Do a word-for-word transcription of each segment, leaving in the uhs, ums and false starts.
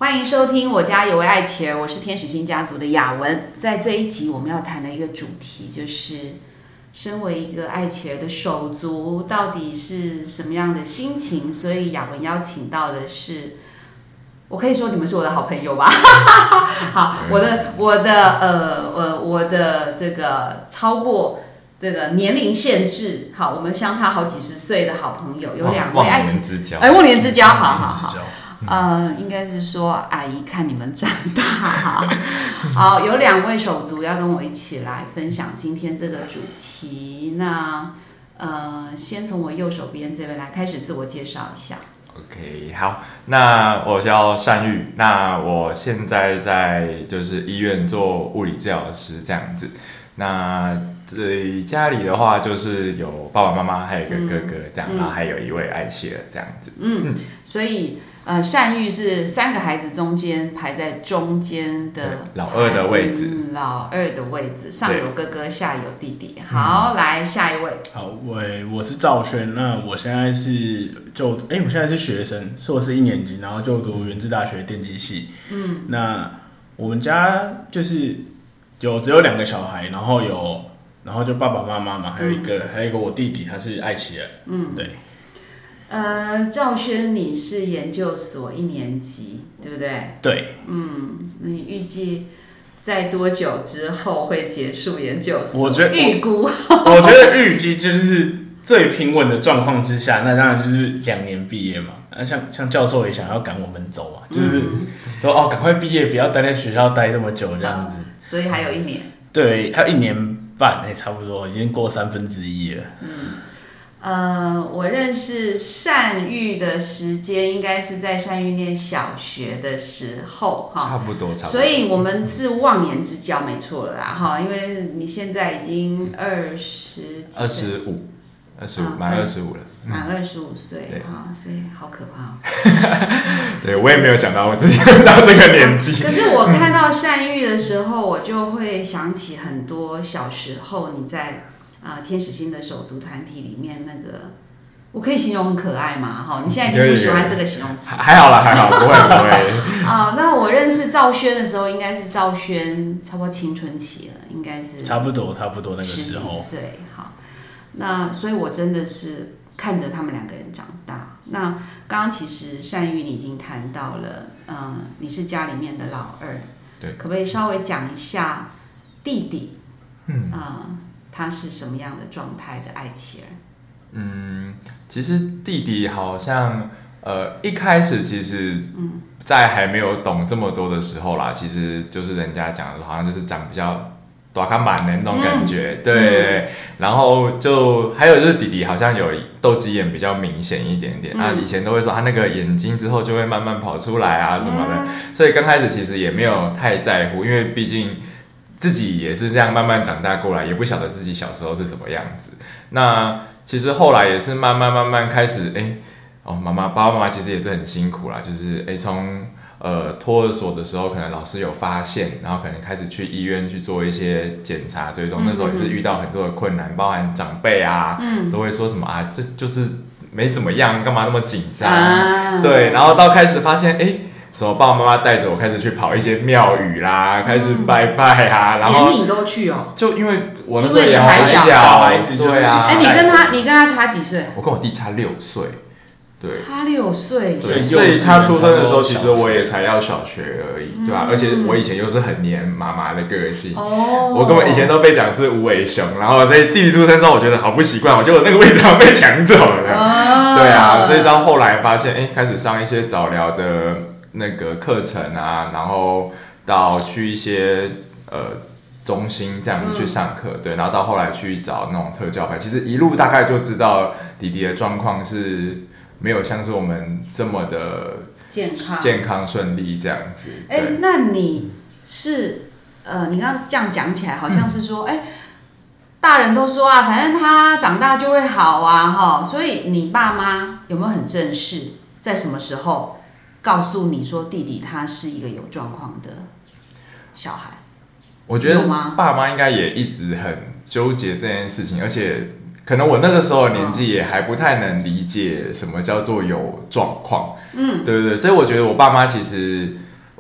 欢迎收听我家有位爱妻儿，我是天使星家族的雅文。在这一集我们要谈的一个主题就是身为一个爱妻儿的手足到底是什么样的心情，所以雅文邀请到的是，我可以说你们是我的好朋友吧好，我的我的呃呃我的这个超过这个年龄限制，好，我们相差好几十岁的好朋友，有两位爱情之交， 哎，忘年之交，好好好。呃，应该是说阿姨看你们长大哈。好，有两位手足要跟我一起来分享今天这个主题。那呃，先从我右手边这位来开始自我介绍一下。 OK， 好，那我叫善玉，那我现在在就是医院做物理治疗师这样子。那这家里的话，就是有爸爸妈妈，还有一个哥哥这样，嗯、然后还有一位爱妻儿这样子。嗯， 嗯所以呃，善玉是三个孩子中间排在中间的老二的位置， 嗯、老二的位置，上有哥哥，下有弟弟。好，嗯、来下一位。 好，我我是赵轩，那我现在是就哎、欸，我现在是学生，硕士一年级，然后就读原治大学电机系。嗯，那我们家就是有只有两个小孩，然后有然后就爸爸妈妈嘛，还有一个、嗯、还有一个我弟弟，他是爱妻儿。嗯，对。 呃，赵轩，你是研究所一年级，对不对？ 对。 嗯，你预计在多久之后会结束研究所？ 我觉得预估， 我觉得预计就是最平稳的状况之下，那当然就是两年毕业嘛。那像像教授也想要赶我们走嘛，就是说、嗯、哦，赶快毕业，不要待在学校待这么久这样子。 所以还有一年。 对，还有一年半，哎、欸，差不多已经过三分之一了。 嗯。呃，我认识善玉的时间应该是在善玉念小学的时候， 哈，差不多，差不多。 所以我们是忘年之交，没错了啦，哈，因为你现在已经二十， 二十五，二十五，满二十五了， 满二十五岁，哈，所以好可怕哦。 对，我也没有想到我自己会到这个年纪。 可是我看到善玉的时候，我就会想起很多小时候你在。呃，天使星的手足团体里面那个，我可以形容很可爱嘛？哈，你现在一定不喜欢这个形容词。 还好啦，还好，不会不会。 啊，那我认识赵轩的时候，应该是赵轩差不多青春期了，应该是差不多差不多那个时候。 十几岁，好，那所以我真的是看着他们两个人长大。那刚刚其实善玉你已经谈到了，嗯，你是家里面的老二， 对， 可不可以稍微讲一下弟弟？ 嗯啊。呃他是什么样的状态的爱妻儿？ 嗯，其实弟弟好像呃一开始其实，在还没有懂这么多的时候啦，其实就是人家讲的，好像就是长比较大看板的那种感觉，嗯、对。嗯、然后就还有就是弟弟好像有斗鸡眼比较明显一点点，嗯、啊，以前都会说他那个眼睛之后就会慢慢跑出来啊什么的，嗯、所以刚开始其实也没有太在乎，因为毕竟。自己也是这样慢慢长大过来，也不晓得自己小时候是什么样子。那其实后来也是慢慢慢慢开始，哎、欸，哦，妈妈爸爸妈妈其实也是很辛苦啦，就是哎从呃托儿所的时候，可能老师有发现，然后可能开始去医院去做一些检查追踪，那时候也是遇到很多的困难，包含长辈啊，嗯、都会说什么啊，这就是没怎么样，干嘛那么紧张？啊、对，然后到开始发现，哎、欸。什么爸爸妈妈带着我开始去跑一些庙宇啦，嗯、开始拜拜啊，然后连你都去哦， 就因为我那时候也还小， 小孩子对啊。 哎、欸，你跟他你跟他差几岁？ 我跟我弟差六岁，对， 差六岁， 对，所以他出生的时候，其实我也才要小学而已，对吧、啊？嗯、而且我以前又是很黏妈妈的个性，哦，我根本以前都被讲是无尾熊，然后所以弟弟出生之后，我觉得好不习惯，我觉得我那个位置好像被抢走了，哦、对啊，所以到后来发现，哎、欸，开始上一些早疗的。那个课程啊，然后到去一些呃中心这样去上课，嗯、对，然后到后来去找那种特教班，其实一路大概就知道弟弟的状况是没有像是我们这么的健康、 健康顺利这样子。 哎、欸，那你是呃，你刚刚这样讲起来，好像是说，哎、嗯欸，大人都说啊，反正他长大就会好啊，哈，所以你爸妈有没有很正视，在什么时候？告诉你说弟弟他是一个有状况的小孩， 我觉得爸妈应该也一直很纠结这件事情，而且可能我那个时候的年纪也还不太能理解什么叫做有状况，嗯，对对对，所以我觉得我爸妈其实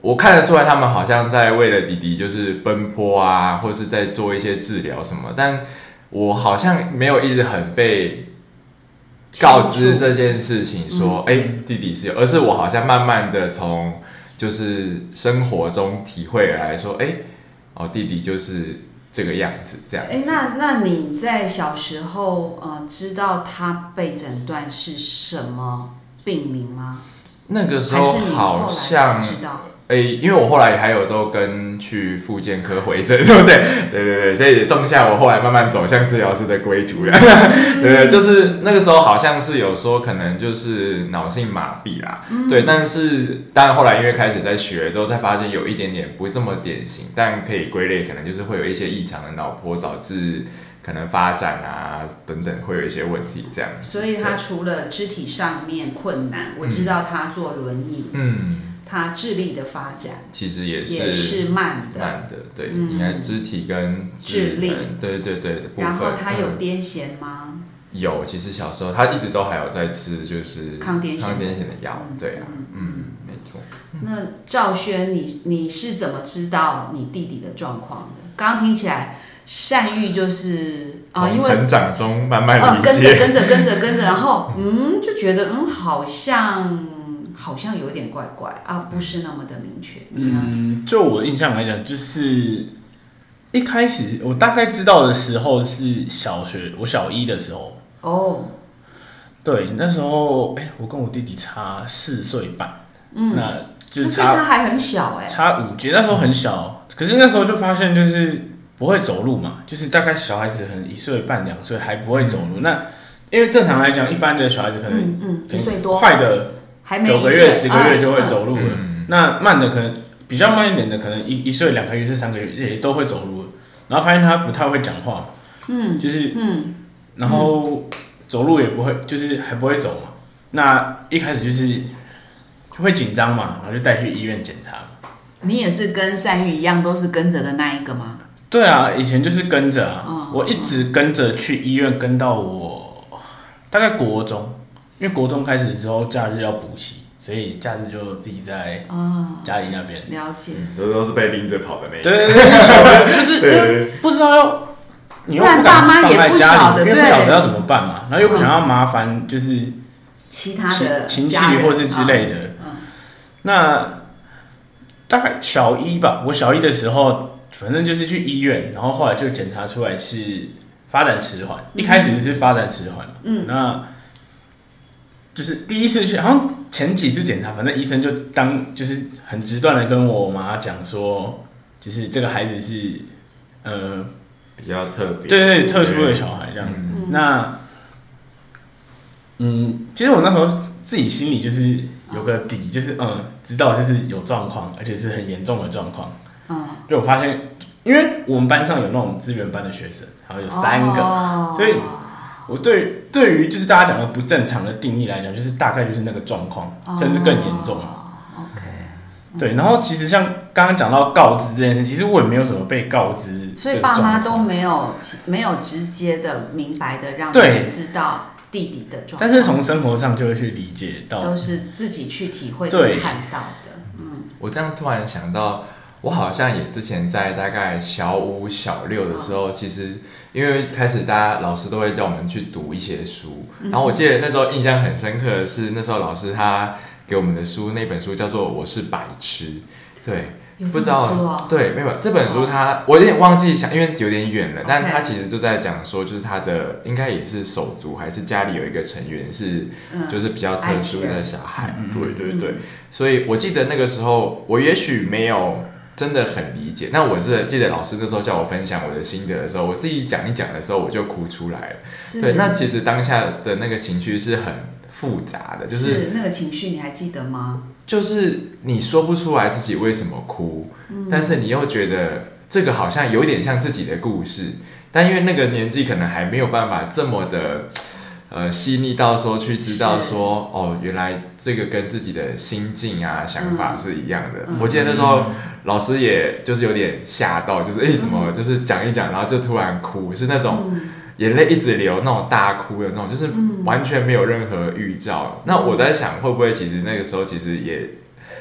我看得出来他们好像在为了弟弟就是奔波啊，或是在做一些治疗什么，但我好像没有一直很被告知这件事情说，哎、嗯欸，弟弟是有，而是我好像慢慢的从就是生活中体会来说，哎、欸，哦，弟弟就是这个样子，这样子。 哎、欸，那那你在小时候呃知道他被诊断是什么病名吗？ 那个时候好像知道。 哎、欸，因为我后来还有都跟去复健科回诊，对不对？对对对，所以也种下我后来慢慢走向治疗师的归途了。对对，就是那个时候好像是有说可能就是脑性麻痹啦，嗯、对，但是当然后来因为开始在学之后，才发现有一点点不这么典型，但可以归类可能就是会有一些异常的脑波导致可能发展啊等等会有一些问题这样。 所以他除了肢体上面困难，我知道他坐轮椅，嗯。他智力的发展其实也是也是慢的， 慢的，对，嗯、应该肢体跟智力， 对对对的部分。 然后他有癫痫吗？ 嗯、有，其实小时候他一直都还有在吃，就是抗癫痫抗癫痫的药，对啊，嗯，嗯没错。 那兆轩，你你是怎么知道你弟弟的状况的？刚刚听起来善玉就是啊，因为成长中慢慢理解，呃、跟着跟着跟着跟着，然后嗯，就觉得嗯，好像。好像有点怪怪啊，不是那么的明确。 嗯，就我的印象来讲，就是一开始我大概知道的时候是小学，我小一的时候。哦。对，那时候哎、欸，我跟我弟弟差四岁半，嗯，那就是差他还很小哎、欸， 差五阶，那时候很小，可是那时候就发现就是不会走路嘛，就是大概小孩子可能一岁半两岁还不会走路，嗯、那因为正常来讲，一般的小孩子可能嗯一岁多快的。九个月、十个月就会走路了。 嗯、 那慢的可能比较慢一点的，可能一一岁、两个月、是三个月也都会走路了。然后发现他不太会讲话，嗯，就是，嗯，然后走路也不会，就是还不会走嘛。那一开始就是就会紧张嘛，然后就带去医院检查。 你也是跟善玉一样，都是跟着的那一个吗？ 对啊，以前就是跟着啊，哦、我一直跟着去医院，跟到我大概国中。因为国中开始之后，假日要补习，所以假日就自己在家里那边、 哦、了解， 都都是被拎着跑的那一种。 对对对，小朋友就是不知道要，你又不敢放在家里，因为不晓得要怎么办嘛，然后又不想要麻烦，就是其他的亲戚或是之类的。哦嗯、那大概小一吧，我小一的时候，反正就是去医院，然后后来就检查出来是发展迟缓，嗯、一开始是发展迟缓，嗯，那。就是第一次去，好像前几次检查，反正医生就当就是很直断的跟我妈讲说，就是这个孩子是呃比较特别， 对对对，特殊的小孩这样子。嗯、那嗯，其实我那时候自己心里就是有个底，就是嗯，知道就是有状况，而且是很严重的状况。嗯，就我发现，因为我们班上有那种资源班的学生，然后有三个，哦、所以。我对对于就是大家讲的不正常的定义来讲，就是大概就是那个状况，哦、甚至更严重。 OK，嗯、 对。然后其实像刚刚讲到告知这件事，其实我也没有什么被告知， 所以爸妈都没有没有直接的明白的让他们知道弟弟的状况。 但是从生活上就会去理解到， 都是自己去体会跟看到的。嗯， 我这样突然想到，我好像也之前在大概小五、小六的时候，哦、其实。因为开始大家老师都会叫我们去读一些书，然后我记得那时候印象很深刻的是，那时候老师他给我们的书，那本书叫做《我是白痴》，对， 不知道、哦、 对，没有这本书他我有点忘记想，因为有点远了，但他其實就在講說，就是他的應該也是手足，還是家裡有一個成員是，就是比較特殊的小孩，嗯、對對對，所以我記得那個時候，我也許沒有真的很理解，那我是記得老師那時候叫我分享我的心得的時候，我自己講一講的時候，我就哭出來了，對，那其實當下的那個情緒是很複雜的，就是， 是那個情緒你還記得嗎？ 就是你說不出來自己為什麼哭，嗯、但是你又覺得這個好像有點像自己的故事，但因為那個年紀可能還沒有辦法這麼的呃細膩到說去知道說哦，原來這個跟自己的心境啊想法是一樣的。嗯、我記得那時候老師也就是有點嚇到，就是誒什麼就是講一講，然後就突然哭，是那種眼淚一直流那種大哭的那種，就是完全沒有任何預兆。嗯、那我在想會不會其實那個時候其實也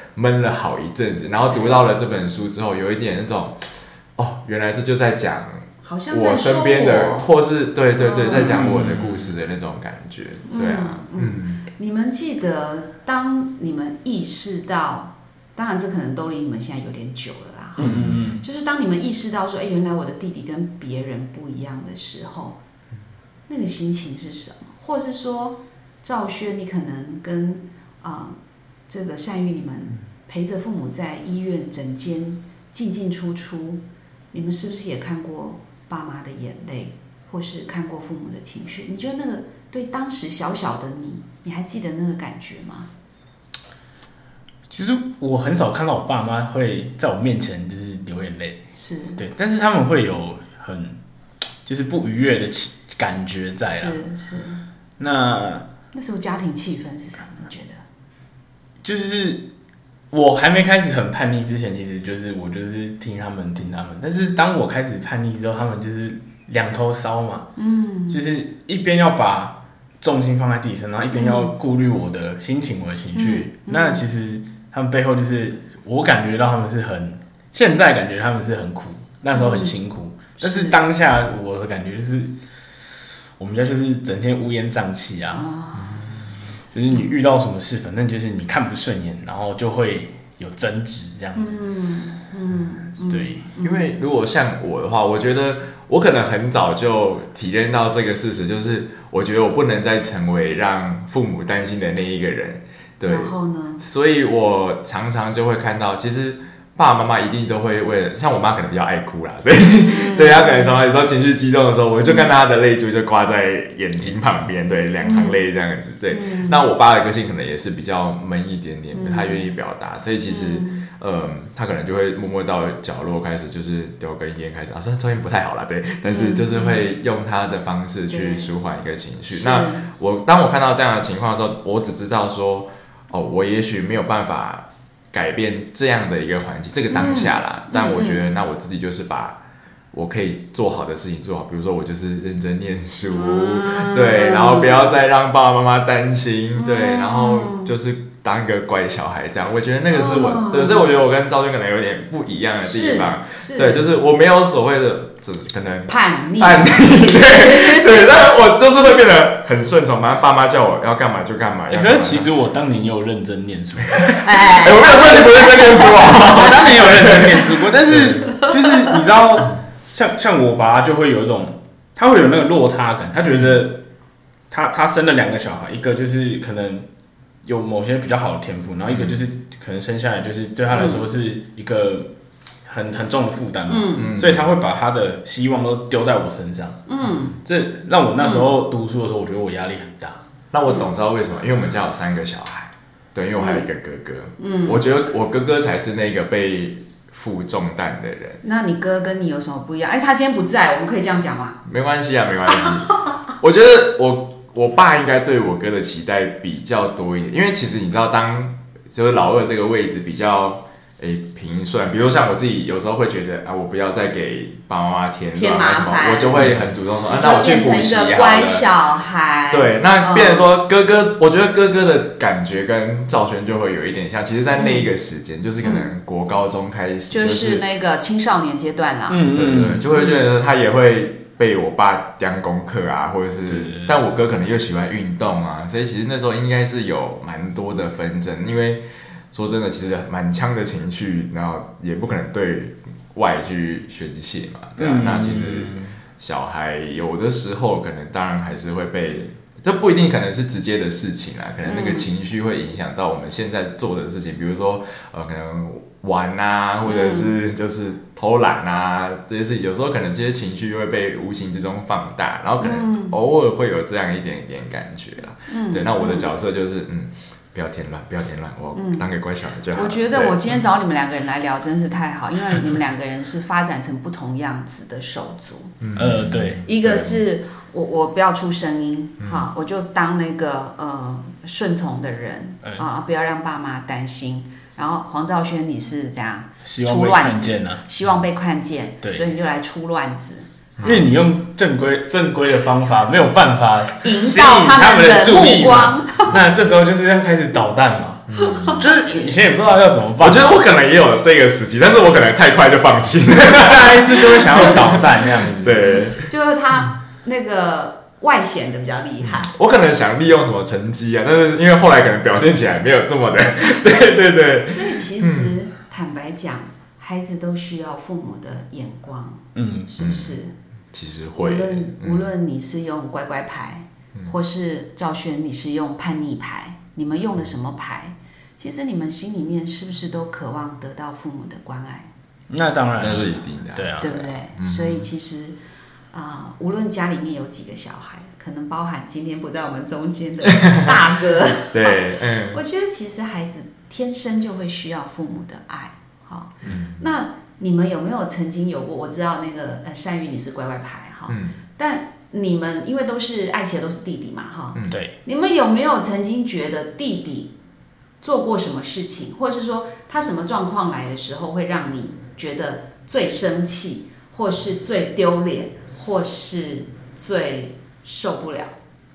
闷了好一阵子，然后读到了这本书之后，有一点那种，哦，原来这就在讲我身边的，或是对对对，在讲我的故事的那种感觉，对啊，嗯。嗯你们记得，当你们意识到，当然这可能都离你们现在有点久了啦，嗯嗯就是当你们意识到说，哎，原来我的弟弟跟别人不一样的时候，那个心情是什么？或是说，兆轩，你可能跟啊、呃、这个善玉，你们陪着父母在医院诊间进进出出，你们是不是也看过爸妈的眼泪，或是看过父母的情绪？你觉得那个对当时小小的你，你还记得那个感觉吗？ 其实我很少看到我爸妈会在我面前就是流眼泪， 是对，但是他们会有很就是不愉悦的感觉在啊。 是是。 那那时候家庭气氛是什么？你觉得？ 就是我还没开始很叛逆之前，其实就是我就是听他们听他们，但是当我开始叛逆之后，他们就是两头烧嘛，嗯，就是一边要把重心放在地上，然后一边要顾虑我的心情、我的情绪。嗯嗯、那其实他们背后就是我感觉到他们是很，现在感觉他们是很苦，那时候很辛苦。嗯、但是当下我的感觉就是，我们家就是整天乌烟瘴气啊，哦、就是你遇到什么事，反正就是你看不顺眼，然后就会有争执这样子。嗯嗯，嗯对，因为如果像我的话，我觉得。我可能很早就体验到这个事实，就是我觉得我不能再成为让父母担心的那一个人，对。 然后呢？ 所以我常常就会看到，其实爸爸妈妈一定都会为了，像我妈可能比较爱哭啦，所以、嗯、对她可能常常有时候情绪激动的时候，我就看到她的泪珠就挂在眼睛旁边，对，两行泪这样子，对。嗯、那我爸的个性可能也是比较闷一点点，不太愿意表达，所以其实。嗯嗯，他可能就会默默到角落开始，就是丢根烟开始啊，虽然抽烟不太好啦，对，但是就是会用他的方式去舒缓一个情绪。那我当我看到这样的情况的时候，我只知道说，哦，我也许没有办法改变这样的一个环境，这个当下啦，嗯、但我觉得那我自己就是把我可以做好的事情做好，比如说我就是认真念书，嗯、对，然后不要再让爸爸妈妈担心，嗯、对，然后就是。当一个乖小孩这样，我觉得那个是我，哦、对，所以我觉得我跟兆轩可能有点不一样的地方，对，就是我没有所谓的，只可能叛逆， 叛逆，对对，但我就是会变得很顺从，反正爸妈叫我要干嘛就干嘛。 欸、可是其实我当年也有认真念书， 哎、 欸，我没有说你不认真念书啊， 我当年有认真念书过，但是就是你知道，像像我爸就会有一种，他会有那个落差感，他觉得他他生了两个小孩，一个就是可能。有某些比较好的天赋，然后一个就是可能生下来就是对他来说是一个很很重的负担嘛，嗯、所以他会把他的希望都丢在我身上。嗯，这让我那时候读书的时候，我觉得我压力很大。 那我懂知道为什么，因为我们家有三个小孩，对，因为我还有一个哥哥。嗯，我觉得我哥哥才是那个被负重担的人。 那你哥跟你有什么不一样？哎、欸，他今天不在，我们可以这样讲吗？ 没关系啊，没关系。我觉得我。我爸应该对我哥的期待比较多一点，因为其实你知道，当就是老二这个位置比较诶平顺，比如像我自己有时候会觉得啊，我不要再给爸爸妈妈添乱什么，我就会很主动说啊，那我去补习好了。 乖小孩。 对，那变成说哥哥，我觉得哥哥的感觉跟兆轩就会有一点像，其实，在那一个时间，嗯、就是可能国高中开始， 就是、就是那个青少年阶段啦。 嗯，对对，就会觉得他也会。被我爸讲功课啊，或者是，但我哥可能又喜欢运动啊，所以其实那时候应该是有蛮多的纷争。因为说真的，其实满腔的情绪，然后也不可能对外去宣泄嘛，对啊。嗯、那其实小孩有的时候可能当然还是会被，这不一定可能是直接的事情啦，可能那个情绪会影响到我们现在做的事情，比如说呃，可能。玩啊，或者是就是偷懒啊，这些事情有时候可能这些情绪会被无形之中放大，然后可能偶尔会有这样一点点感觉啦。嗯、对，那我的角色就是嗯，不要添乱，不要添乱，我当个乖小孩就好了。 我觉得我今天找你们两个人来聊真是太好，因为你们两个人是发展成不同样子的手足。 嗯，呃，对， 一个是我我不要出声音，嗯、哈，我就当那个呃顺从的人、嗯、啊，不要让爸妈担心。然后黄兆轩你是这样出乱子，希望被看见， 对， 所以你就来出乱子。 因为你用正规正规的方法没有办法引导他们的注意嘛，那这时候就是要开始捣蛋嘛。 嗯，就是以前也不知道要怎么办。 我觉得我可能也有这个时期，但是我可能太快就放弃了， 下一次就会想要捣蛋那样子。 对， 就是他那个外显的比较厉害。 我可能想利用什么成绩啊，但是因为后来可能表现起来没有这么的，对对对。 所以其实、嗯、坦白讲，孩子都需要父母的眼光，嗯，是不是？嗯、 其实会。 无论、嗯、无论你是用乖乖牌，嗯、或是兆轩你是用叛逆牌，你们用了什么牌？其实你们心里面是不是都渴望得到父母的关爱？ 那当然， 那是一定的， 对啊， 对不对？嗯、所以其实啊、呃，无论家里面有几个小孩，可能包含今天不在我们中间的大哥， 对，嗯， 我觉得其实孩子天生就会需要父母的爱，好，嗯，那你们有没有曾经有过？我知道那个呃，善玉你是乖乖牌哈，嗯，但你们因为都是爱起来都是弟弟嘛，哈， 嗯，对， 你们有没有曾经觉得弟弟做过什么事情，或者是说他什么状况来的时候，会让你觉得最生气，或是最丢脸，或是最受不了？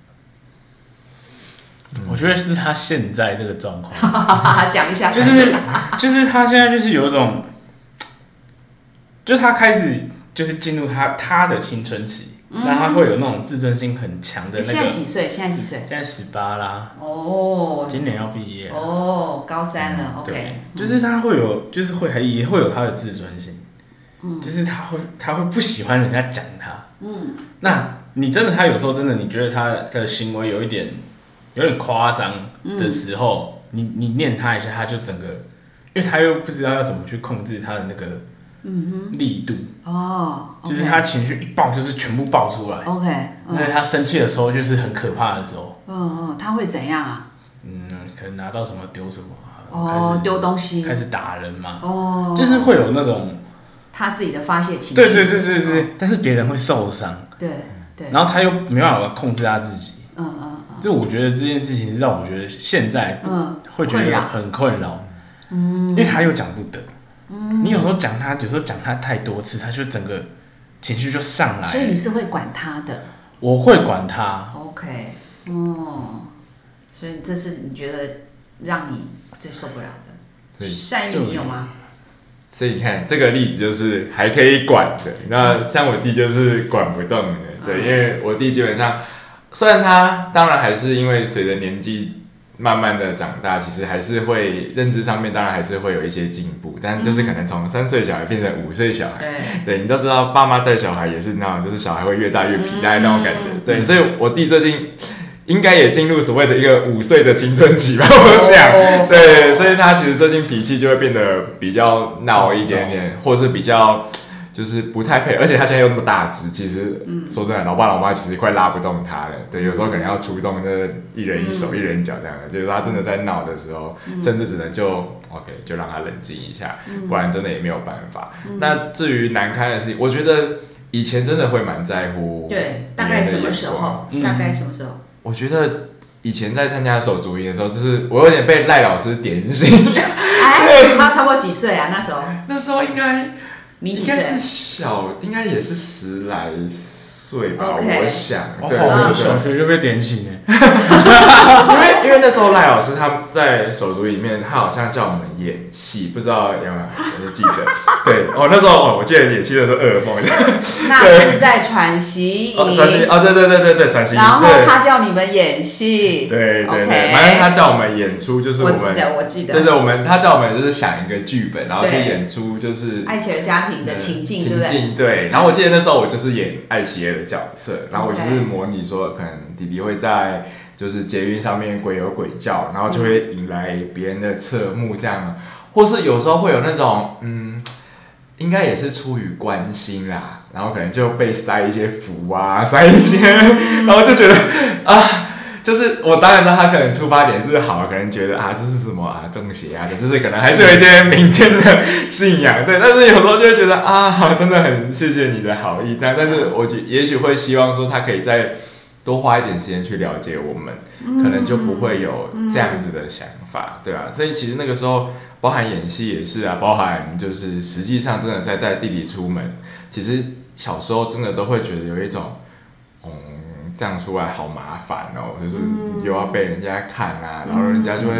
我觉得是他现在这个状况， 讲一下， 就是就是他现在就是有一种，就是他开始就是进入他他的青春期。那、嗯、他会有那种自尊心很强的那个。 现在几岁？现在几岁？ 现在十八啦。 哦。 今年要毕业。 哦，高三了。 嗯、 OK。 对，就是他会有，就是会还也会有他的自尊心。嗯。就是他会，他会不喜欢人家讲他。嗯。那你真的，他有时候真的，你觉得他的行为有一点，有点夸张的时候，嗯、你你念他一下，他就整个，因为他又不知道要怎么去控制他的那个。嗯哼，力度哦， okay. 就是他情绪一爆就是全部爆出来。 OK， 那、嗯、他生气的时候就是很可怕的时候。 嗯嗯，他会怎样啊？ 嗯，可能拿到什么丢什么啊。 哦，丢东西， 开始打人嘛。 哦， 就是会有那种他自己的发泄情绪。 对对对对对，哦、但是别人会受伤。 对对。 然后他又没办法控制他自己。 嗯嗯嗯。 就我觉得这件事情让我觉得现在嗯会觉得很困扰。嗯。因为他又讲不得。嗯、你有时候讲他，有时候讲他太多次，他就整个情绪就上来。 所以你是会管他的？ 我会管他。 OK， 哦，所以这是你觉得让你最受不了的。善玉，你有吗？ 所以你看这个例子就是还可以管的，那像我弟就是管不动的，对，因为我弟基本上虽然他当然还是因为随着年纪。慢慢的长大，其实还是会认知上面，当然还是会有一些进步，但就是可能从三岁小孩变成五岁小孩， 对， 对，你都知道，爸妈带小孩也是那种，就是小孩会越大越皮带那种感觉，嗯、对，所以我弟最近应该也进入所谓的一个五岁的青春期吧，我想，哦、对，所以他其实最近脾气就会变得比较闹一点点，或是比较。就是不太配，而且他现在又那么大只，其实、嗯、说真的，老爸老妈其实快拉不动他了。对，有时候可能要出动，就是一人一手、嗯、一人一脚这样的。就是他真的在闹的时候，嗯、甚至只能就 OK， 就让他冷静一下，嗯、不然真的也没有办法。嗯、那至于难堪的事情，我觉得以前真的会蛮在乎。 对，大概什么时候？嗯、大概什么时候？ 我觉得以前在参加手足营的时候，就是我有点被赖老师点醒。 哎，超超过几岁啊？那时候？ 那时候应该。 应该是小，应该也是十来岁吧， okay. 我想。 哦，好，小学就被点醒哎。 因为因为那时候赖老师他在手足里面，他好像叫我们演戏，不知道有没有记得？对，哦，那时候哦，我记得演戏的时候噩梦。 那是在喘息营。 哦，喘息哦，对对对对对，喘息营。 然后他叫你们演戏。 对对对，反正他叫我们演出，就是我们。 我记得，我记得。 对对，我们他叫我们就是想一个剧本，然后去演出，就是爱奇儿家庭的情境，对不对？ 情境对。然后我记得那时候我就是演爱奇儿的角色，然后我就是模拟说，可能弟弟会在。就是捷运上面鬼有鬼叫，然后就会引来别人的侧目，这样，或是有时候会有那种，嗯，应该也是出于关心啦，然后可能就被塞一些符啊，塞一些，然后就觉得啊，就是我当然知道他可能出发点是好，可能觉得啊这是什么啊中邪啊的，就是可能还是有一些民间的信仰，对，但是有时候就会觉得啊，真的很谢谢你的好意，这样，但是我觉也许会希望说他可以在。多花一点时间去了解我们，嗯、可能就不会有这样子的想法，嗯、对吧、啊？所以其实那个时候，包含演戏也是啊，包含就是实际上真的在带弟弟出门，其实小时候真的都会觉得有一种，嗯，这样出来好麻烦哦，就是又要被人家看啊，然后人家就会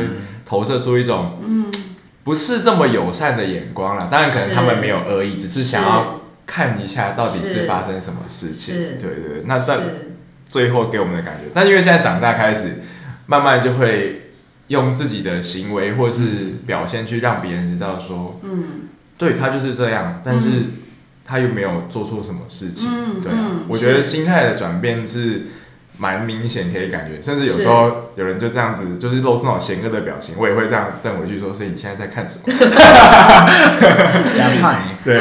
投射出一种嗯不是这么友善的眼光啦。当然可能他们没有恶意，只是想要看一下到底是发生什么事情。对对对，那但最后给我们的感觉，但因为现在长大开始，慢慢就会用自己的行为或是表现去让别人知道说，嗯，对他就是这样，但是他又没有做错什么事情。嗯、对啊、嗯，我觉得心态的转变是蛮明显，可以感觉，甚至有时候有人就这样子，就是露出那种嫌恶的表情，我也会这样瞪回去说：“所以你现在在看什么？” 加派，对。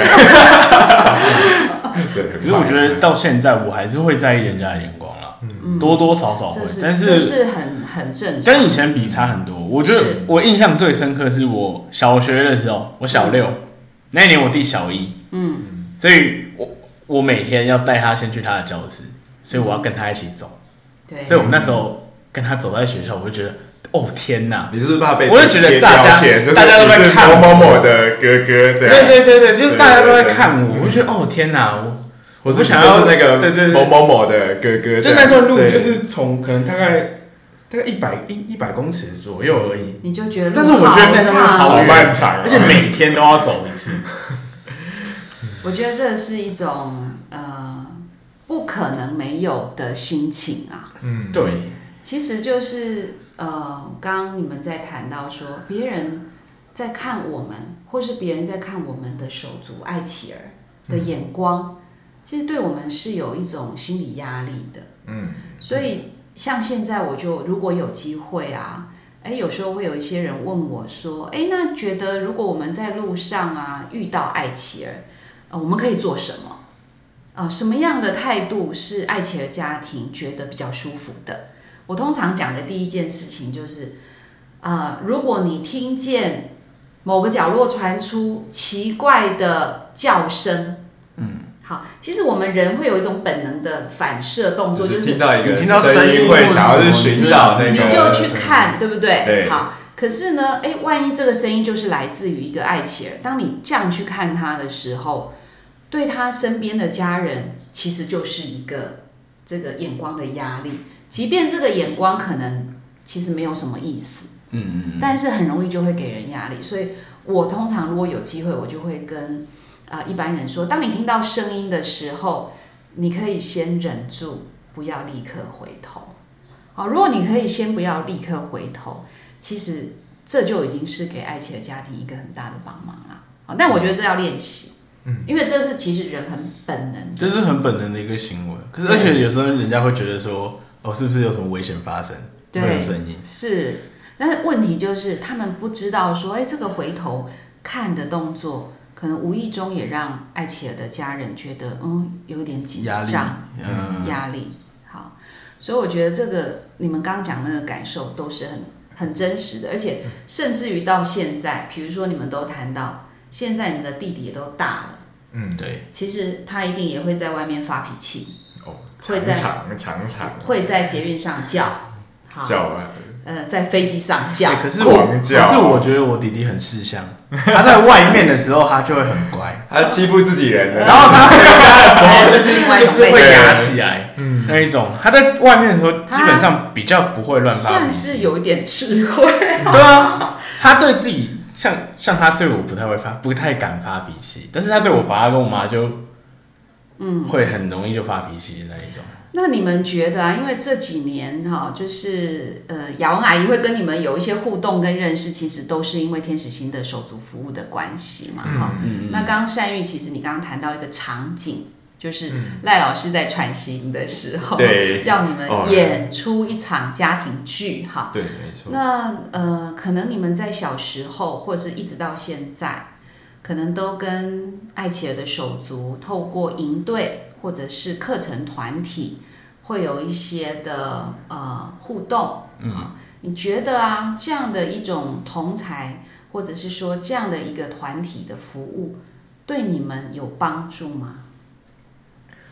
对，可是我觉得到现在，我还是会在意人家的眼光啦，嗯、多多少少会，但是这是很很正常， 跟以前比差很多。我觉得我印象最深刻是我小学的时候，我小六、嗯、那一年我弟小一，嗯，所以我我每天要带他先去他的教室，所以我要跟他一起走，对，所以我那时候跟他走在学校，我就觉得。哦天哪！ 你是不是怕被？ 我就觉得大家大家都在看某某某的哥哥，对对对对，就是大家都在看我，我就觉得哦天哪！我我是想要那个某某某的哥哥， 就那段路就是从可能大概大概一百一一百公尺左右而已， 你就觉得， 但是我觉得那段路好漫长， 而且每天都要走一次。 我觉得这是一种呃不可能没有的心情啊。 嗯，对， 其实就是。呃，刚刚你们在谈到说，别人在看我们，或是别人在看我们的手足爱妻儿的眼光，嗯、其实对我们是有一种心理压力的。嗯，所以像现在我就如果有机会啊，哎，有时候会有一些人问我说，哎，那觉得如果我们在路上啊遇到爱妻儿，呃，我们可以做什么？呃，什么样的态度是爱妻儿家庭觉得比较舒服的？我通常讲的第一件事情就是，呃，如果你听见某个角落传出奇怪的叫声，嗯，好，其实我们人会有一种本能的反射动作，就是听到一个听到声音会想要去寻找那个， 你就去看，对不对？ 对。 好，可是呢，哎，万一这个声音就是来自于一个爱妻儿，当你这样去看他的时候，对他身边的家人其实就是一个这个眼光的压力。即便这个眼光可能其实没有什么意思，嗯嗯嗯，但是很容易就会给人压力。所以我通常如果有机会，我就会跟、呃、一般人说，当你听到声音的时候，你可以先忍住，不要立刻回头。好，如果你可以先不要立刻回头，其实这就已经是给爱妻的家庭一个很大的帮忙了。好，但我觉得这要练习，嗯，因为这是其实人很本能的， 这是很本能的一个行为。可是而且有时候人家会觉得说。哦，是不是有什么危险发生？会有声音是，但是问题就是他们不知道说，哎，这个回头看的动作，可能无意中也让爱妻儿的家人觉得，嗯，有一点紧张，嗯，压力。好，所以我觉得这个你们刚讲那个感受都是很很真实的，而且甚至于到现在，比如说你们都谈到，现在你们的弟弟也都大了， 嗯，对， 其实他一定也会在外面发脾气。 哦，常常常常会在捷运上叫， 叫啊， 呃，在飞机上叫， 欸、可是我可是我觉得我弟弟很识相，他在外面的时候他就会很乖， 他欺负自己人的， 然后他回家的时候就是就是会压起来，嗯，那一种。他在外面的时候基本上比较不会乱发脾气， 算是有一点智慧。 对啊，他对自己像像他对我不太会发，不太敢发脾气，但是他对我爸跟我妈就。嗯，会很容易就发脾气的那一种。 那你们觉得啊？因为这几年哈，就是呃，雅文阿姨会跟你们有一些互动跟认识，其实都是因为天使星的手足服务的关系嘛，哈、嗯嗯。那刚刚善玉，其实你刚刚谈到一个场景，就是赖老师在传心的时候， 对， 要你们演出一场家庭剧，哈， 对，没错。 那呃，可能你们在小时候，或者是一直到现在。可能都跟爱妻儿的手足透过营队或者是课程团体会有一些的呃互动，嗯，你觉得啊这样的一种同才或者是说这样的一个团体的服务对你们有帮助吗？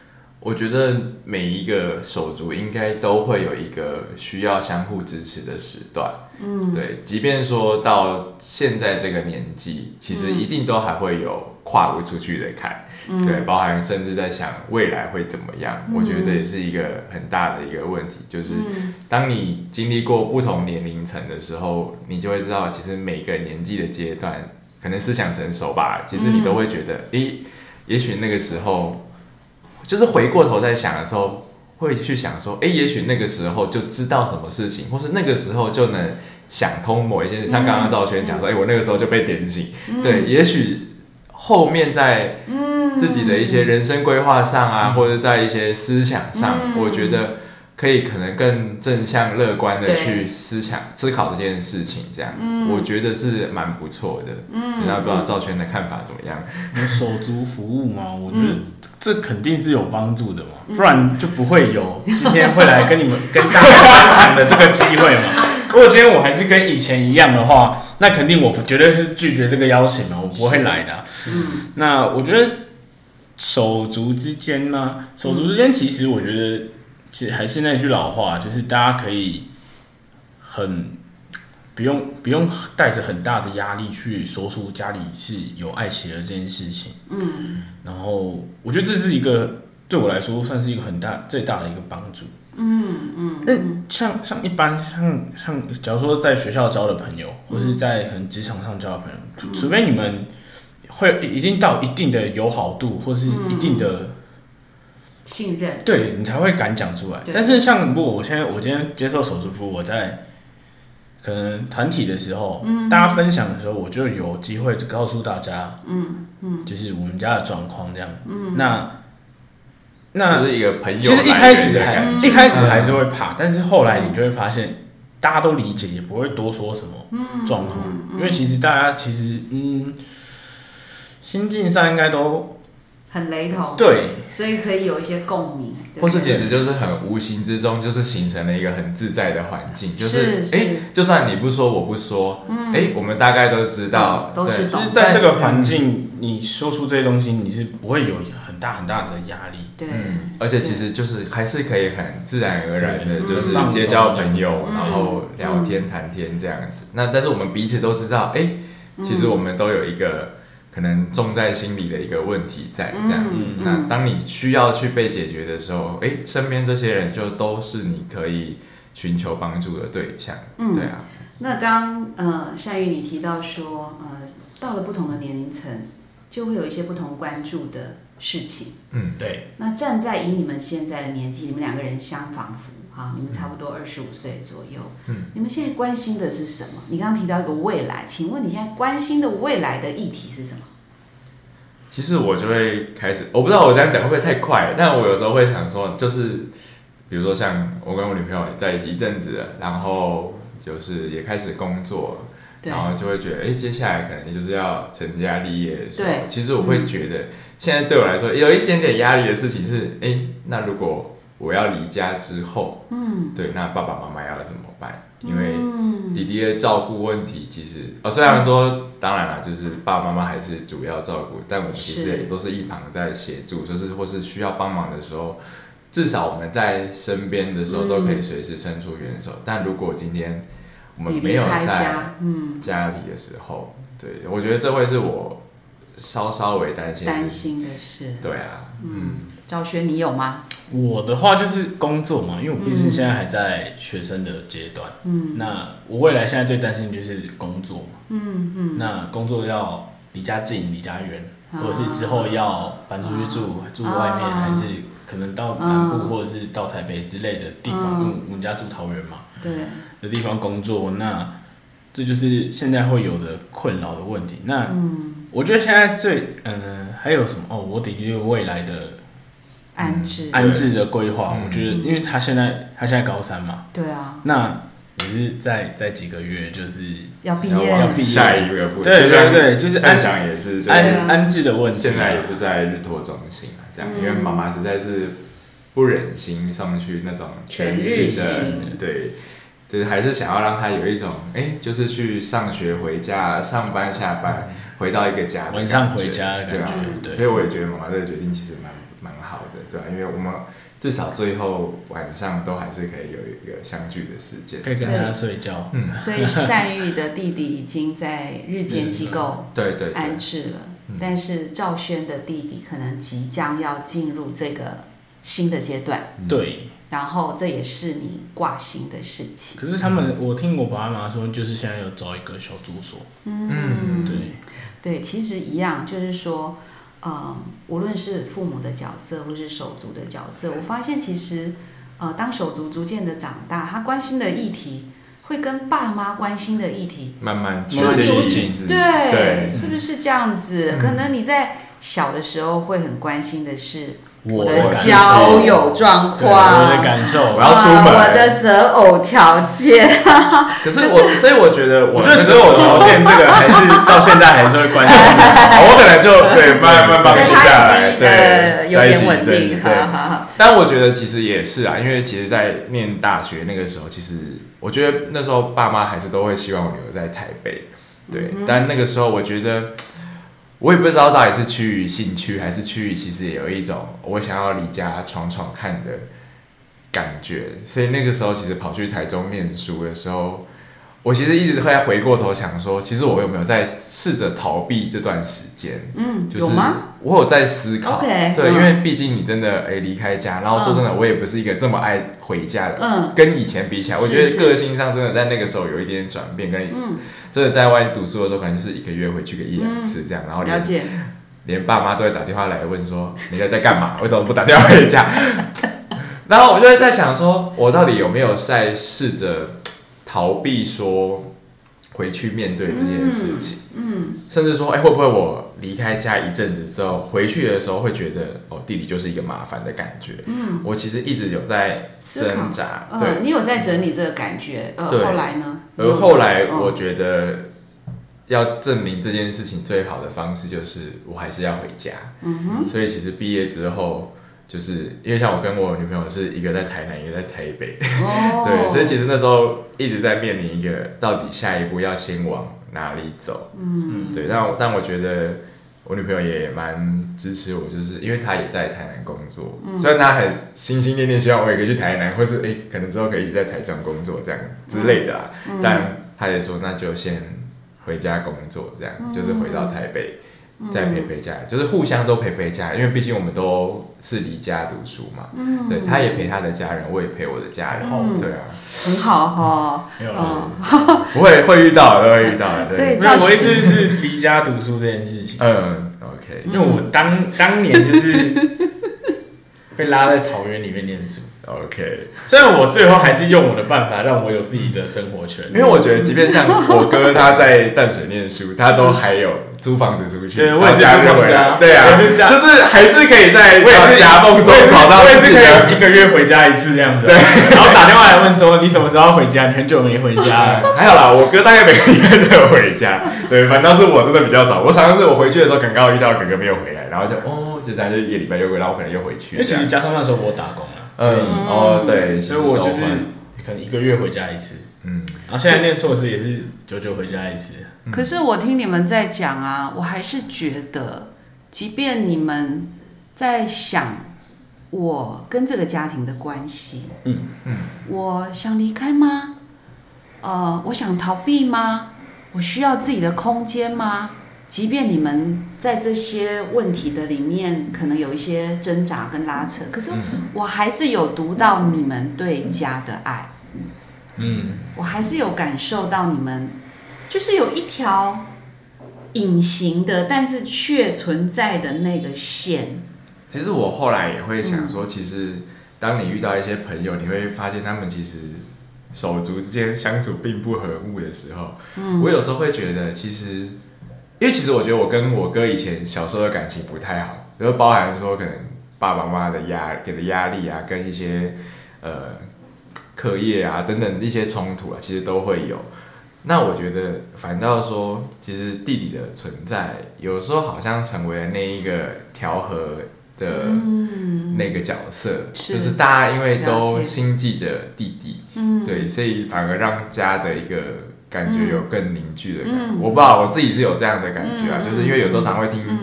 我觉得每一个手足应该都会有一个需要相互支持的时段，嗯，对，即便说到现在这个年纪，其实一定都还会有跨不出去的坎，嗯、对，包含甚至在想未来会怎么样，嗯、我觉得这也是一个很大的一个问题，就是当你经历过不同年龄层的时候，你就会知道，其实每个年纪的阶段，可能思想成熟吧，其实你都会觉得，诶、嗯，也许那个时候。就是回过头在想的时候，会去想说，哎，也许那个时候就知道什么事情，或是那个时候就能想通某一件事。像刚刚赵轩讲说，哎、嗯，我那个时候就被点醒。嗯、对，也许后面在自己的一些人生规划上啊，嗯、或者在一些思想上，嗯、我觉得可以可能更正向乐观的去思想思考这件事情，这样，嗯、我觉得是蛮不错的。嗯，然后不知道赵轩的看法怎么样？ 有手足服务吗？我觉得。嗯这肯定是有帮助的嘛，不然就不会有今天会来跟你们跟大家分享的这个机会嘛。如果今天我还是跟以前一样的话，那肯定我绝对是拒绝这个邀请嘛，我不会来的、啊。嗯，那我觉得手足之间呢，手足之间其实我觉得，其实还是那句老话，就是大家可以很不用不用带着很大的压力去说出家里是有爱妻儿这件事情。嗯。然后我觉得这是一个对我来说算是一个很大最大的一个帮助。嗯嗯。那像像一般像像假如说在学校交的朋友，或是在可能职场上交的朋友，嗯、除非你们会一定到一定的友好度，或是一定的、嗯、 信任， 对你才会敢讲出来。但是像如果我现在我今天接受手术服务，我在可能团体的时候，嗯、大家分享的时候，我就有机会告诉大家，嗯嗯，就是我们家的状况这样。嗯，那那就是一个朋友。 其实一开始还、嗯、一开始还是会怕，嗯、但是后来你就会发现，大家都理解，也不会多说什么状况，嗯嗯、因为其实大家其实嗯，心境上应该都。 很雷同， 对， 所以可以有一些共鸣， 或是其实就是很无形之中，就是形成了一个很自在的环境，就是哎，就算你不说我不说，哎、嗯，我们大概都知道， 都是懂。 就是在这个环境，你说出这些东西，你是不会有很大很大的压力， 对， 嗯，而且其实就是还是可以很自然而然的，就是结交朋友，嗯、然后聊天谈天这样子。那但是我们彼此都知道，哎，其实我们都有一个。可能重在心里的一个问题在这样子，嗯、那当你需要去被解决的时候，哎、欸，身边这些人就都是你可以寻求帮助的对象，嗯、对啊。 那刚呃善玉你提到说，呃，到了不同的年龄层，就会有一些不同关注的事情， 嗯，对。 那站在以你们现在的年纪，你们两个人相仿佛。好，你们差不多二十五岁左右。嗯，你们现在关心的是什么？你刚刚提到一个未来，请问你现在关心的未来的议题是什么？ 其实我就会开始，我不知道我这样讲会不会太快了，但我有时候会想说，就是比如说像我跟我女朋友在一起一阵子了，然后就是也开始工作，然后就会觉得，哎、欸，接下来可能就是要成家立业的时候， 对， 其实我会觉得，嗯、现在对我来说有一点点压力的事情是，哎、欸，那如果我要离家之后，嗯，对，那爸爸妈妈要怎么办？因为弟弟的照顾问题，其实哦，虽然说，当然啦，就是爸爸妈妈还是主要照顾，但我们其实也都是一旁在协助，就是或是需要帮忙的时候，至少我们在身边的时候都可以随时伸出援手。嗯、但如果今天我们没有在家里的时候，嗯、对，我觉得这会是我稍稍微担心担心的事。 对啊，嗯。 赵轩，你有吗？ 我的话就是工作嘛，因为我毕竟现在还在学生的阶段。嗯，那我未来现在最担心就是工作嘛。嗯嗯。那工作要离家近、离家远，啊、或者是之后要搬出去住，啊、住外面，啊、还是可能到南部、啊、或者是到台北之类的地方。因为、啊、我们家住桃园嘛， 对的地方工作，那这就是现在会有的困扰的问题。那、嗯、我觉得现在最嗯、呃、还有什么哦？我弟弟未来的。 安置、 嗯、安置的规划，我觉得，因为他现在他现在高三嘛， 对啊， 那也是在在几个月就是要毕业， 要毕业， 下一个步， 对对对，就是安想也是安安置的问题， 现在也是在日托中心啊，这样，因为妈妈实在是不忍心送去那种全日型， 对，就是还是想要让他有一种，哎、欸，就是去上学回家、上班下班，回到一个家的晚上回家的感觉， 对啊，所以我也觉得妈妈这个决定其实蛮。蛮好的， 对啊，因为我们至少最后晚上都还是可以有一个相聚的时间， 可以跟他睡觉。 嗯，所以善玉的弟弟已经在日间机构对对安置了，但是兆轩的弟弟可能即将要进入这个新的阶段。 对。 然后这也是你挂心的事情。 可是他们，我听我爸妈说，就是现在有找一个小住所。嗯，对， 对，其实一样，就是说，呃，无论是父母的角色，或是手足的角色，我发现其实，呃，当手足逐渐的长大，他关心的议题会跟爸妈关心的议题慢慢就逐渐，对， 对， 是不是这样子？ 嗯、 可能你在小的时候会很关心的是。 我的交友状况， 我的感受， 我要出门， 我的择偶条件。 可是我，所以我觉得， 我觉得择偶条件这个还是到现在还是会关心的。 我可能就对慢慢放弃下来， 对，有点稳定。 对，但我觉得其实也是啊，因为其实，在念大学那个时候，其实我觉得那时候爸妈还是都会希望我留在台北，对。嗯、但那个时候，我觉得。我也不知道到底是出于兴趣，还是出于其实也有一种我想要离家闯闯看的感觉，所以那个时候其实跑去台中念书的时候，我其实一直会回过头想说，其实我有没有在试着逃避这段时间？ 嗯， 就是有吗？ 我有在思考， okay, 对， 嗯、 因为毕竟你真的哎离开家，然后说真的，我也不是一个这么爱回家的， 嗯， 跟以前比起来，我觉得个性上真的在那个时候有一点转变，跟嗯。 真的在外面读书的时候，可能就是一个月回去个一两次这样，嗯、然后了解， 连爸妈都会打电话来问说你在在干嘛？为什么不打电话回家？然后我就会在想说，我到底有没有在试着逃避说回去面对这件事情？嗯，嗯甚至说，哎、欸，会不会我离开家一阵子之后，回去的时候会觉得，哦，弟弟就是一个麻烦的感觉。嗯，我其实一直有在挣扎。对、 呃，你有在整理这个感觉。呃，后来呢？ 而后来，我觉得要证明这件事情最好的方式就是我还是要回家。嗯哼。所以其实毕业之后，就是因为像我跟我女朋友是一个在台南，一个在台北。哦。对，所以其实那时候一直在面临一个到底下一步要先往哪里走。嗯。对，但我但我觉得我女朋友也蛮支持我，就是因为她也在台南工作，嗯、虽然她很心心念念希望我也可以去台南，或是哎、欸、可能之后可以一起在台中工作这样子之类的啦。嗯、但她也说那就先回家工作，这样、嗯、就是回到台北、嗯、再陪陪家人，就是互相都陪陪家人，因为毕竟我们都是离家读书嘛。嗯、对，她也陪她的家人，我也陪我的家人。嗯、对啊， 很好哈。没有啦，不会会遇到的，都会遇到的。 所以我意思是离家读书这件事情。 嗯 ，OK， 因为我当当年就是被拉在桃园里面念书。 OK， 虽然我最后还是用我的办法让我有自己的生活圈， 因为我觉得，即便像我哥他在淡水念书，他都还有租房子出去， 对，我也是租房子， 对啊，就是还是可以在夹缝中找到自己的， 一个月回家一次这样子，对，然后打电话来问说你什么时候要回家？你很久没回家了。 还好啦，我哥大概每个礼拜都有回家，对，反倒是我真的比较少，我常常是我回去的时候，刚好遇到哥哥没有回来，然后就哦，就这样就一个礼拜又回，然后我可能又回去。 因为其实加上那时候我打工啊。 嗯，哦，对， 所以我就是可能一个月回家一次，嗯，然后现在念硕士也是久久回家一次。 嗯、可是我听你们在讲啊，我还是觉得，即便你们在想我跟这个家庭的关系，嗯嗯，我想离开吗？呃，我想逃避吗？我需要自己的空间吗？即便你们在这些问题的里面可能有一些挣扎跟拉扯，可是我还是有读到你们对家的爱，嗯，我还是有感受到你们就是有一条隐形的但是却存在的那个线。 其实我后来也会想说，其实当你遇到一些朋友，你会发现他们其实手足之间相处并不和睦的时候，嗯，我有时候会觉得其实因为其实我觉得我跟我哥以前小时候的感情不太好，就包含说可能爸爸妈妈的压给的压力啊，跟一些呃课业啊等等一些冲突啊，其实都会有。那我觉得反倒说，其实弟弟的存在，有时候好像成为了那一个调和的那个角色，嗯、就是大家因为都心记着弟弟，嗯、对，所以反而让家的一个感觉有更凝聚的感觉。嗯、我不知道我自己是有这样的感觉啊，嗯、就是因为有时候常会听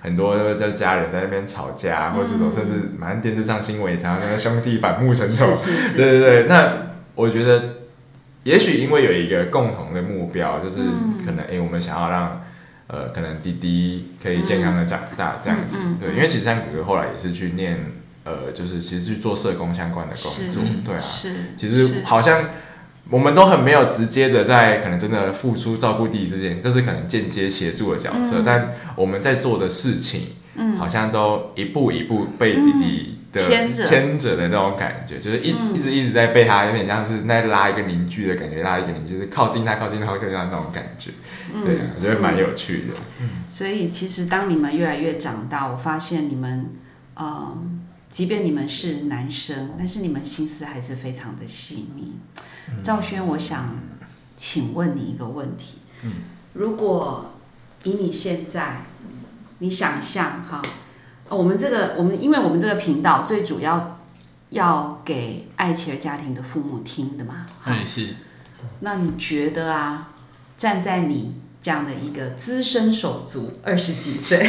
很多在家人在那边吵架，或者是说甚至反正电视上新闻也常常那个兄弟反目成仇， 是是是， 对对对。那我觉得，也许因为有一个共同的目标，就是可能哎、欸，我们想要让呃，可能弟弟可以健康的长大这样子， 嗯嗯嗯、 对，因为其实像哥哥后来也是去念呃，就是其实去做社工相关的工作，对啊， 是， 其实好像。我们都很没有直接的在可能真的付出照顾弟弟之间，就是可能间接协助的角色，嗯、但我们在做的事情，嗯、好像都一步一步被弟弟的牵着的那种感觉，就是一、嗯、一直一直在被他，有点像是在拉一个凝聚的感觉，拉一个凝聚，就是靠近他，靠近他，靠近他那种感觉，嗯、对啊，我觉得蛮有趣的。 嗯、所以其实当你们越来越长大，我发现你们，呃，即便你们是男生，但是你们心思还是非常的细腻。兆轩，我想请问你一个问题：嗯、如果以你现在，你想象哈，我们这个我们因为我们这个频道最主要要给爱妻儿家庭的父母听的嘛， 哎是。 那你觉得啊，站在你这样的一个资深手足，二十几岁，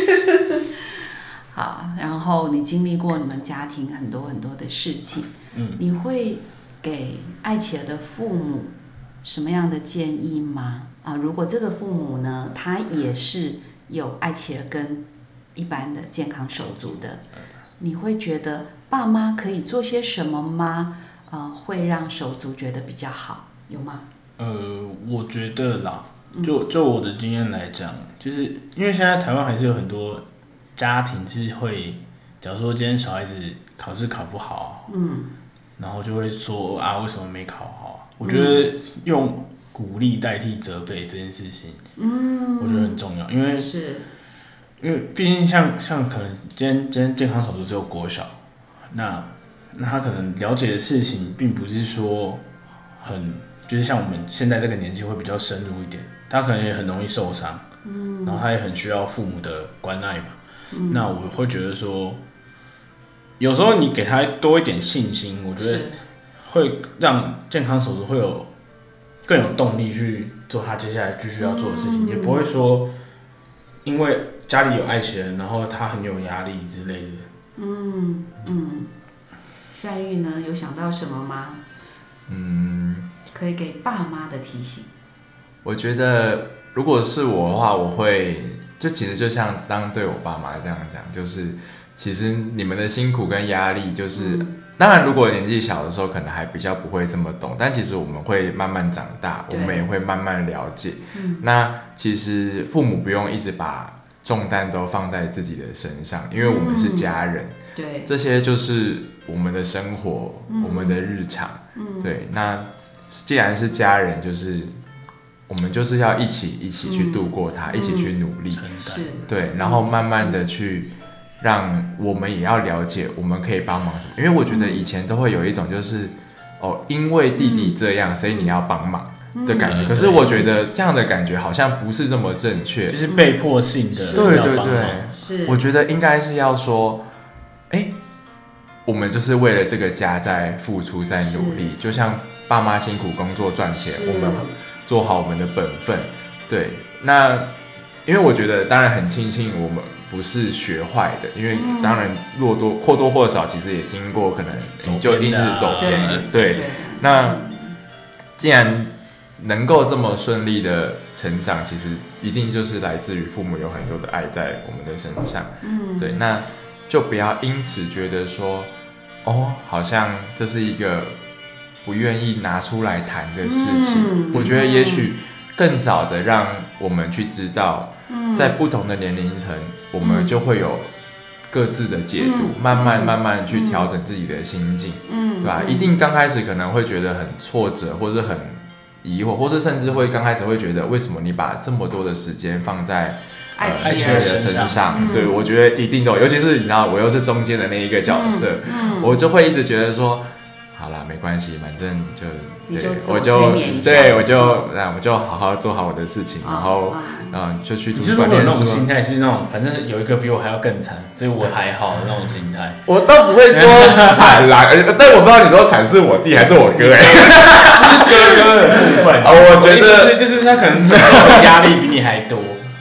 好，然后你经历过你们家庭很多很多的事情，嗯，你会给爱妻儿的父母什么样的建议吗？啊，如果这个父母呢，他也是有爱妻儿跟一般的健康手足的，你会觉得爸妈可以做些什么吗？呃，会让手足觉得比较好，有吗？ 呃，我觉得啦，就就我的经验来讲，就是因为现在台湾还是有很多家庭是会，假如说今天小孩子考试考不好，嗯。然后就会说啊，为什么没考好？我觉得用鼓励代替责备这件事情，嗯，我觉得很重要，因为是， 因为毕竟像像可能今天今天健康手术只有国小，那那他可能了解的事情，并不是说很就是像我们现在这个年纪会比较深入一点，他可能也很容易受伤，嗯，然后他也很需要父母的关爱嘛，嗯，那我会觉得说。有时候你给他多一点信心，我觉得会让健康手足会有更有动力去做他接下来继续要做的事情，嗯、也不会说因为家里有爱妻人，然后他很有压力之类的。 嗯嗯，善玉呢，有想到什么吗？嗯，可以给爸妈的提醒。 我觉得如果是我的话，我会就其实就像当对我爸妈这样讲，就是。其实你们的辛苦跟压力，就是、嗯、当然，如果年纪小的时候，可能还比较不会这么懂，但其实我们会慢慢长大，我们也会慢慢了解。嗯、那其实父母不用一直把重担都放在自己的身上，因为我们是家人，嗯、 对， 这些就是我们的生活，嗯、我们的日常。嗯、对，那既然是家人，就是我们就是要一起一起去度过它，嗯、一起去努力， 是， 对，然后慢慢的去。让我们也要了解我们可以帮忙什么，因为我觉得以前都会有一种就是哦，因为弟弟这样，所以你要帮忙的感觉。嗯、可是我觉得这样的感觉好像不是这么正确， 就是被迫性的。 对对对， 是。 我觉得应该是要说，哎，我们就是为了这个家在付出，在努力，就像爸妈辛苦工作赚钱，我们做好我们的本分。对，那因为我觉得，当然很庆幸我们。不是学坏的，因为当然或多或多或少其实也听过，可能你就一直走偏的。对，对那既然能够这么顺利的成长，其实一定就是来自于父母有很多的爱在我们的身上。嗯，对，那就不要因此觉得说，哦，好像这是一个不愿意拿出来谈的事情。嗯、我觉得也许更早的让我们去知道。在不同的年龄层，我们就会有各自的解读，嗯、慢慢慢慢去调整自己的心境，嗯、对吧？一定刚开始可能会觉得很挫折，或是很疑惑，或是甚至会刚开始会觉得，为什么你把这么多的时间放在爱妻儿的身上？嗯、对，我觉得一定都有，尤其是你知道，我又是中间的那一个角色，嗯嗯、我就会一直觉得说，好啦，没关系，反正就。 对， 我就对我就那我就好好做好我的事情， 哦、 然后嗯就去图书馆念书。 你是不是有那种心态是那种，反正有一个比我还要更惨，所以我还好的那种心态？ 我倒不会说惨啦，但我不知道你说惨是我弟还是我哥哎、欸， 是哥哥的部分。 我觉得就是他可能承受的压力比你还多。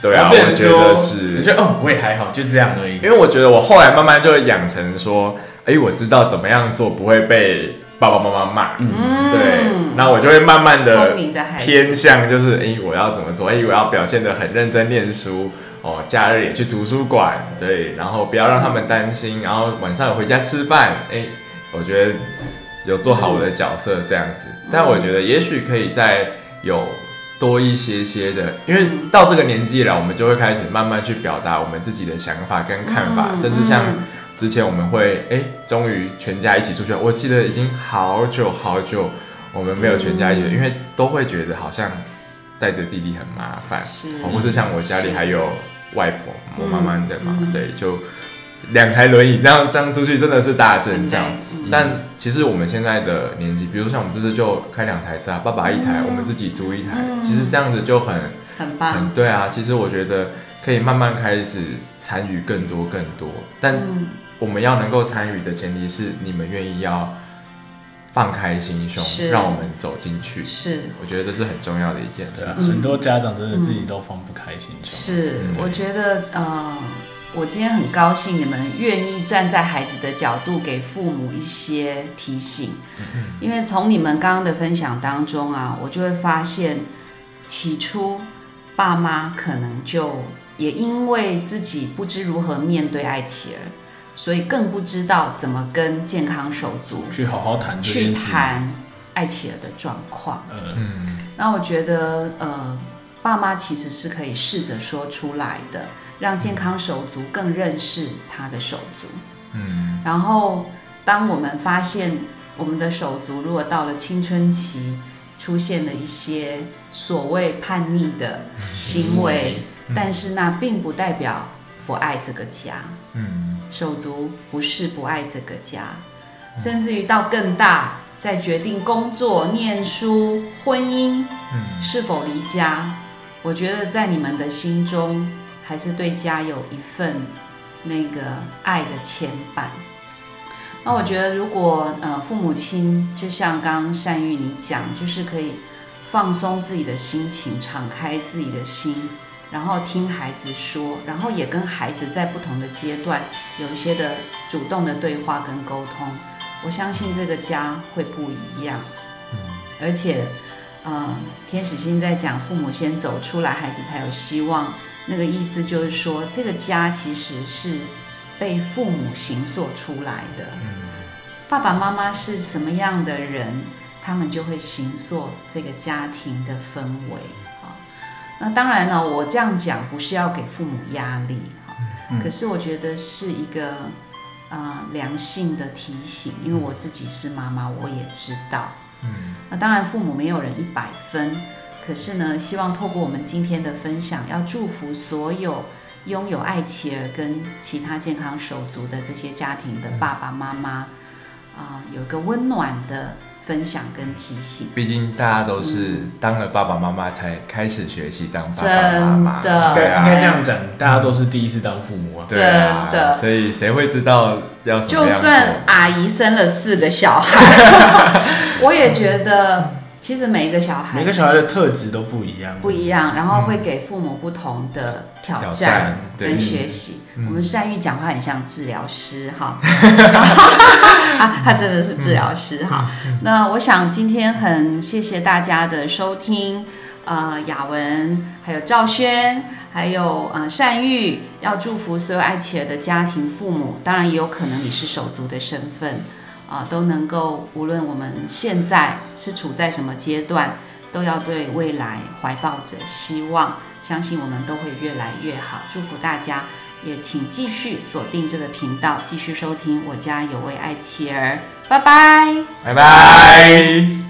对啊，我觉得是， 我觉得哦，我也还好，就这样而已。 因为我觉得我后来慢慢就养成说，哎、欸，我知道怎么样做不会被爸爸妈妈骂，嗯，对，那我就会慢慢的偏向，就是哎、欸，我要怎么做？哎、欸，我要表现得很认真念书。哦，假日也去图书馆，对，然后不要让他们担心，然后晚上有回家吃饭，哎，我觉得有做好我的角色这样子。嗯、但我觉得也许可以再有多一些些的，因为到这个年纪了，我们就会开始慢慢去表达我们自己的想法跟看法，嗯、甚至像之前我们会，哎，终于全家一起出去，我记得已经好久好久我们没有全家一起，嗯、因为都会觉得好像带着弟弟很麻烦，哦，或是像我家里还有外婆，我妈妈的嘛，嗯、对，就两台轮椅这样这样出去真的是大阵仗。嗯、但其实我们现在的年纪，比如像我们这次就开两台车啊，爸爸一台，嗯、我们自己租一台，嗯、其实这样子就很很棒。很对啊，其实我觉得可以慢慢开始参与更多更多，但我们要能够参与的前提是你们愿意要放开心胸，让我们走进去。 是， 我觉得这是很重要的一件事。 啊、很多家长真的自己都放不开心胸。 是，嗯、我觉得呃，我今天很高兴你们愿意站在孩子的角度给父母一些提醒，嗯、因为从你们刚刚的分享当中啊，我就会发现，起初爸妈可能就也因为自己不知如何面对爱妻儿。所以更不知道怎么跟健康手足去好好谈去谈爱妻儿的状况。嗯，那我觉得呃，爸妈其实是可以试着说出来的，让健康手足更认识他的手足。嗯，然后当我们发现我们的手足如果到了青春期出现了一些所谓叛逆的行为，嗯、但是那并不代表不爱这个家。嗯。手足不是不爱这个家，甚至于到更大，在决定工作、念书、婚姻，嗯、是否离家，我觉得在你们的心中，还是对家有一份那个爱的牵绊。那我觉得，如果呃父母亲，就像刚刚善玉你讲，就是可以放松自己的心情，敞开自己的心。然后听孩子说，然后也跟孩子在不同的阶段有一些的主动的对话跟沟通，我相信这个家会不一样。嗯、而且，呃，天使星在讲父母先走出来，孩子才有希望。那个意思就是说，这个家其实是被父母形塑出来的。嗯、爸爸妈妈是什么样的人，他们就会形塑这个家庭的氛围。那当然呢，我这样讲不是要给父母压力，嗯、可是我觉得是一个呃良性的提醒，因为我自己是妈妈，我也知道。嗯、那当然父母没有人一百分，可是呢，希望透过我们今天的分享，要祝福所有拥有爱妻儿跟其他健康手足的这些家庭的爸爸妈妈，啊、呃，有一个温暖的分享跟提醒。 毕竟大家都是当了爸爸妈妈才开始学习当爸爸妈妈， 真的， 对啊，应该这样讲，大家都是第一次当父母啊， 对啊，真的，所以谁会知道要怎么样做？ 就算阿姨生了四个小孩，我也觉得。其实每一个小孩， 每个小孩的特质都不一样， 不一样，然后会给父母不同的挑战跟学习。嗯、我们善玉讲话很像治疗师哈，啊，他真的是治疗师哈。嗯、那我想今天很谢谢大家的收听，呃，雅文还有兆轩，还有呃善玉，要祝福所有爱妻儿的家庭父母，当然也有可能你是手足的身份。啊，都能够，无论我们现在是处在什么阶段，都要对未来怀抱着希望，相信我们都会越来越好。祝福大家，也请继续锁定这个频道，继续收听我家有位爱妻儿，拜拜， 拜拜。